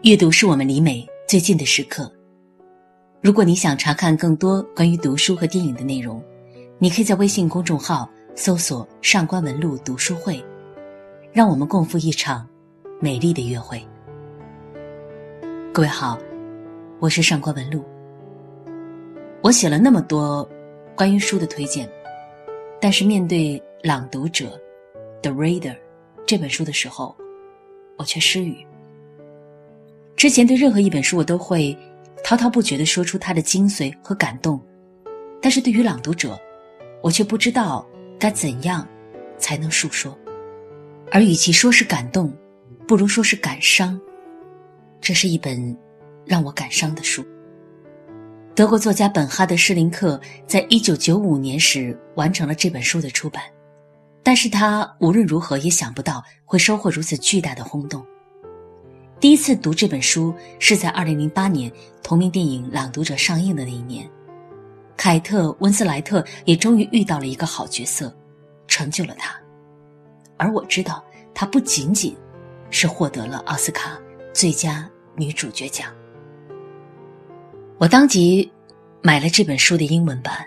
阅读是我们离美最近的时刻。如果你想查看更多关于读书和电影的内容，你可以在微信公众号搜索上官文露读书会，让我们共赴一场美丽的约会。各位好，我是上官文露。我写了那么多关于书的推荐，但是面对《朗读者》The Reader 这本书的时候，我却失语。之前对任何一本书我都会滔滔不绝地说出它的精髓和感动，但是对于《朗读者》，我却不知道该怎样才能述说。而与其说是感动，不如说是感伤。这是一本让我感伤的书。德国作家本哈德·施林克在1995年时完成了这本书的出版，但是他无论如何也想不到会收获如此巨大的轰动。第一次读这本书是在2008年同名电影《朗读者》上映的那一年，凯特·温斯莱特也终于遇到了一个好角色，成就了他。而我知道他不仅仅是获得了奥斯卡最佳女主角奖。我当即买了这本书的英文版。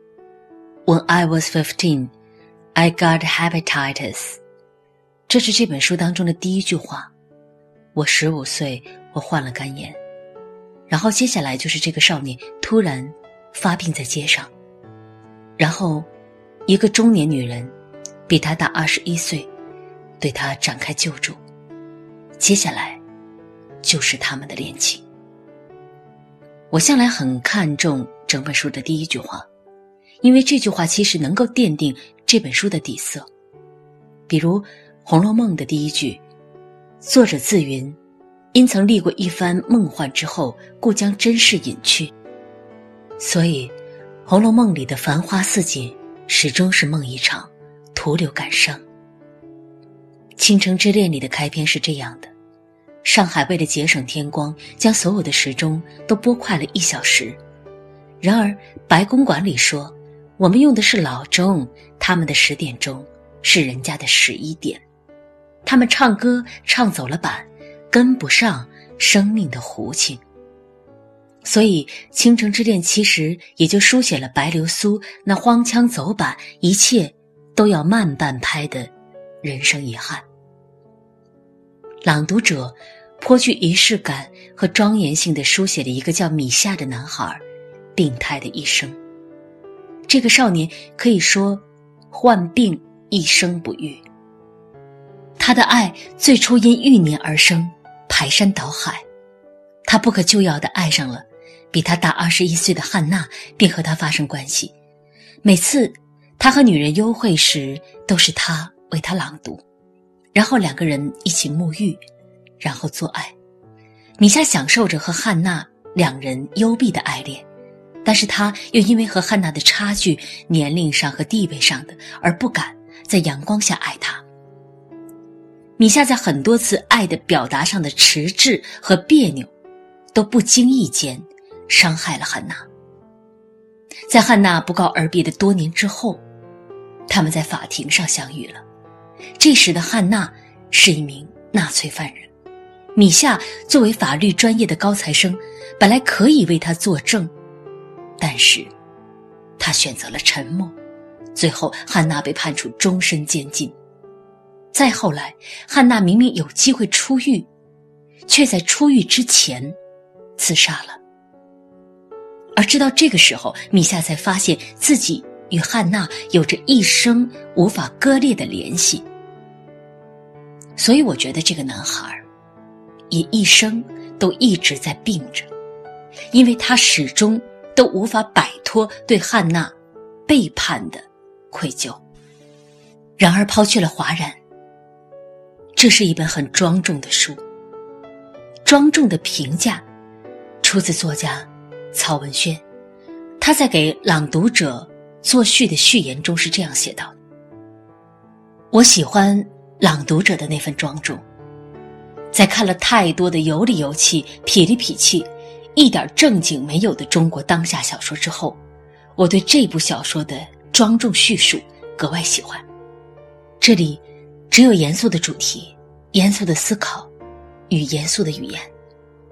When I was 15, I got hepatitis。 这是这本书当中的第一句话。我15岁，我患了肝炎。然后接下来就是这个少年突然发病在街上，然后一个中年女人比他大21岁，对他展开救助。接下来就是他们的恋情。我向来很看重整本书的第一句话，因为这句话其实能够奠定这本书的底色。比如《红楼梦》的第一句，作者自云，因曾历过一番梦幻之后，故将真事隐去。所以《红楼梦》里的繁花似锦始终是梦一场，徒留感伤。《倾城之恋》里的开篇是这样的，上海为了节省天光，将所有的时钟都拨快了1小时。然而白公馆里说，我们用的是老钟，他们的10点钟是人家的11点。他们唱歌唱走了板，跟不上生命的弧情。所以倾城之恋其实也就书写了白流苏那荒腔走板，一切都要慢半拍的人生遗憾。朗读者颇具仪式感和庄严性地书写了一个叫米夏的男孩病态的一生。这个少年可以说患病一生不愈。他的爱最初因欲念而生，排山倒海。他不可救药地爱上了比他大21岁的汉娜，并和他发生关系。每次他和女人幽会时，都是他为他朗读，然后两个人一起沐浴，然后做爱。米夏享受着和汉娜两人幽闭的爱恋，但是他又因为和汉娜的差距，年龄上和地位上的，而不敢在阳光下爱她。米夏在很多次爱的表达上的迟滞和别扭，都不经意间伤害了汉娜。在汉娜不告而别的多年之后，他们在法庭上相遇了。这时的汉娜是一名纳粹犯人，米夏作为法律专业的高材生，本来可以为他作证，但是他选择了沉默。最后汉娜被判处终身监禁。再后来，汉娜明明有机会出狱，却在出狱之前自杀了。而直到这个时候，米夏才发现自己与汉娜有着一生无法割裂的联系。所以我觉得这个男孩也一生都一直在病着，因为他始终都无法摆脱对汉娜背叛的愧疚。然而抛去了哗然，这是一本很庄重的书。庄重的评价出自作家曹文轩，他在给《朗读者》作序的序言中是这样写道的：我喜欢《朗读者》的那份庄重，在看了太多的油里油气、痞里痞气、一点正经没有的中国当下小说之后，我对这部小说的庄重叙述格外喜欢。这里只有严肃的主题、严肃的思考与严肃的语言，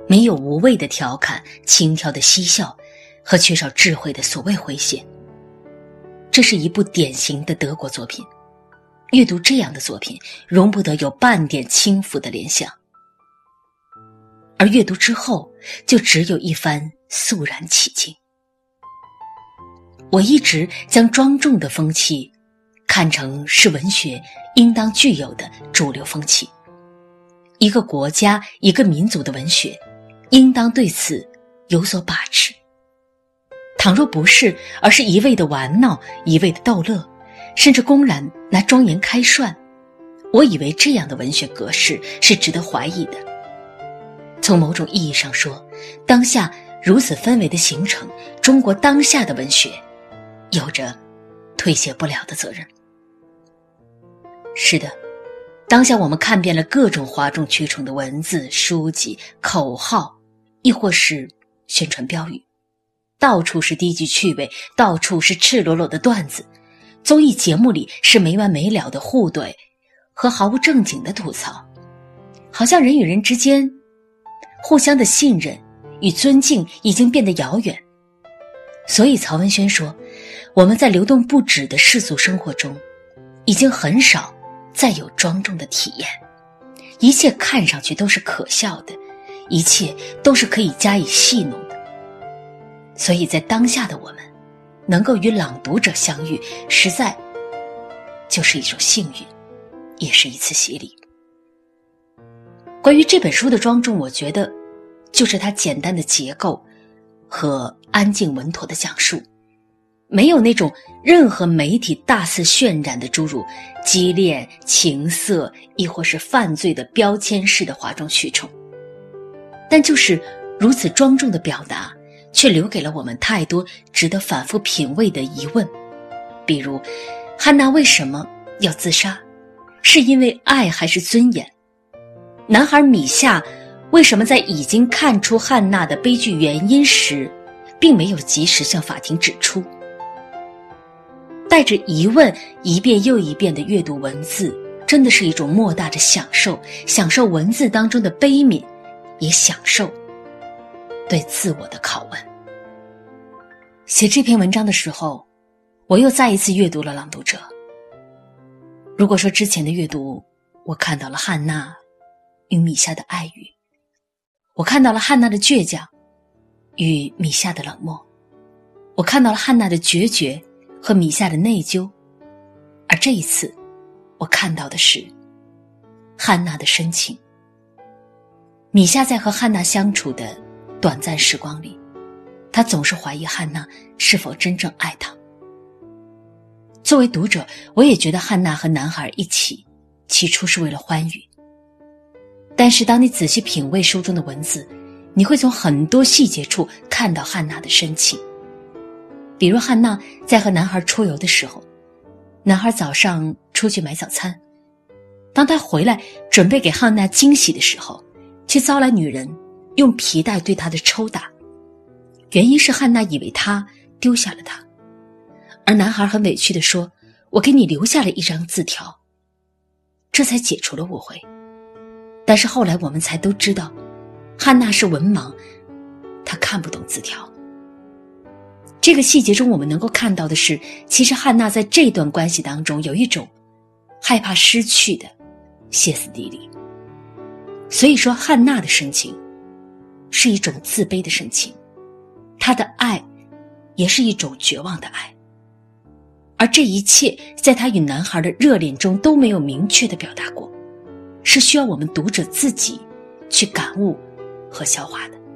没有无谓的调侃、轻佻的嬉笑和缺少智慧的所谓诙谐。这是一部典型的德国作品，阅读这样的作品容不得有半点轻浮的联想，而阅读之后就只有一番肃然起敬。我一直将庄重的风气看成是文学应当具有的主流风气，一个国家一个民族的文学应当对此有所把持。倘若不是，而是一味的玩闹，一味的逗乐，甚至公然拿庄严开涮，我以为这样的文学格式是值得怀疑的。从某种意义上说，当下如此氛围的形成，中国当下的文学有着推卸不了的责任。是的，当下我们看遍了各种哗众取宠的文字、书籍、口号，亦或是宣传标语，到处是低级趣味，到处是赤裸裸的段子，综艺节目里是没完没了的互怼和毫无正经的吐槽，好像人与人之间互相的信任与尊敬已经变得遥远。所以曹文轩说，我们在流动不止的世俗生活中已经很少再有庄重的体验，一切看上去都是可笑的，一切都是可以加以戏弄的。所以在当下的我们能够与朗读者相遇，实在就是一种幸运，也是一次洗礼。关于这本书的庄重，我觉得就是它简单的结构和安静稳妥的讲述，没有那种任何媒体大肆渲染的诸如激烈、情色亦或是犯罪的标签式的哗众取宠，但就是如此庄重的表达，却留给了我们太多值得反复品味的疑问。比如，汉娜为什么要自杀？是因为爱还是尊严？男孩米夏为什么在已经看出汉娜的悲剧原因时，并没有及时向法庭指出？带着疑问一遍又一遍地阅读文字，真的是一种莫大的享受，享受文字当中的悲悯，也享受对自我的拷问。写这篇文章的时候，我又再一次阅读了《朗读者》。如果说之前的阅读，我看到了汉娜与米夏的爱语，我看到了汉娜的倔强与米夏的冷漠，我看到了汉娜的决绝和米夏的内疚，而这一次我看到的是汉娜的深情。米夏在和汉娜相处的短暂时光里，他总是怀疑汉娜是否真正爱他。作为读者，我也觉得汉娜和男孩一起起初是为了欢愉，但是当你仔细品味书中的文字，你会从很多细节处看到汉娜的深情。比如汉娜在和男孩出游的时候，男孩早上出去买早餐，当他回来准备给汉娜惊喜的时候，却遭来女人用皮带对他的抽打，原因是汉娜以为他丢下了他，而男孩很委屈地说，我给你留下了一张字条，这才解除了误会。但是后来我们才都知道，汉娜是文盲，她看不懂字条。这个细节中我们能够看到的是，其实汉娜在这段关系当中有一种害怕失去的歇斯底里。所以说汉娜的深情是一种自卑的深情，她的爱也是一种绝望的爱，而这一切在她与男孩的热恋中都没有明确的表达过，是需要我们读者自己去感悟和消化的。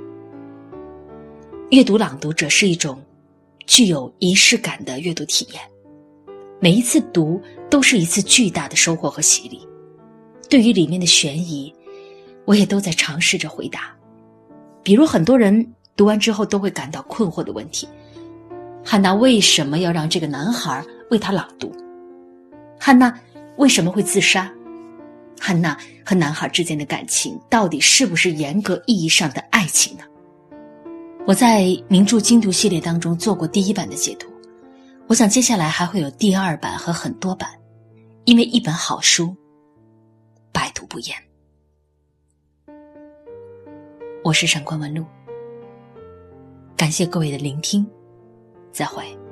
阅读《朗读者》是一种具有仪式感的阅读体验，每一次读都是一次巨大的收获和洗礼。对于里面的悬疑，我也都在尝试着回答。比如很多人读完之后都会感到困惑的问题，汉娜为什么要让这个男孩为她朗读？汉娜为什么会自杀？汉娜和男孩之间的感情到底是不是严格意义上的爱情呢？我在名著精读系列当中做过第1版的解读，我想接下来还会有第2版和很多版，因为一本好书百读不厌。 我是上官文露，感谢各位的聆听，再会。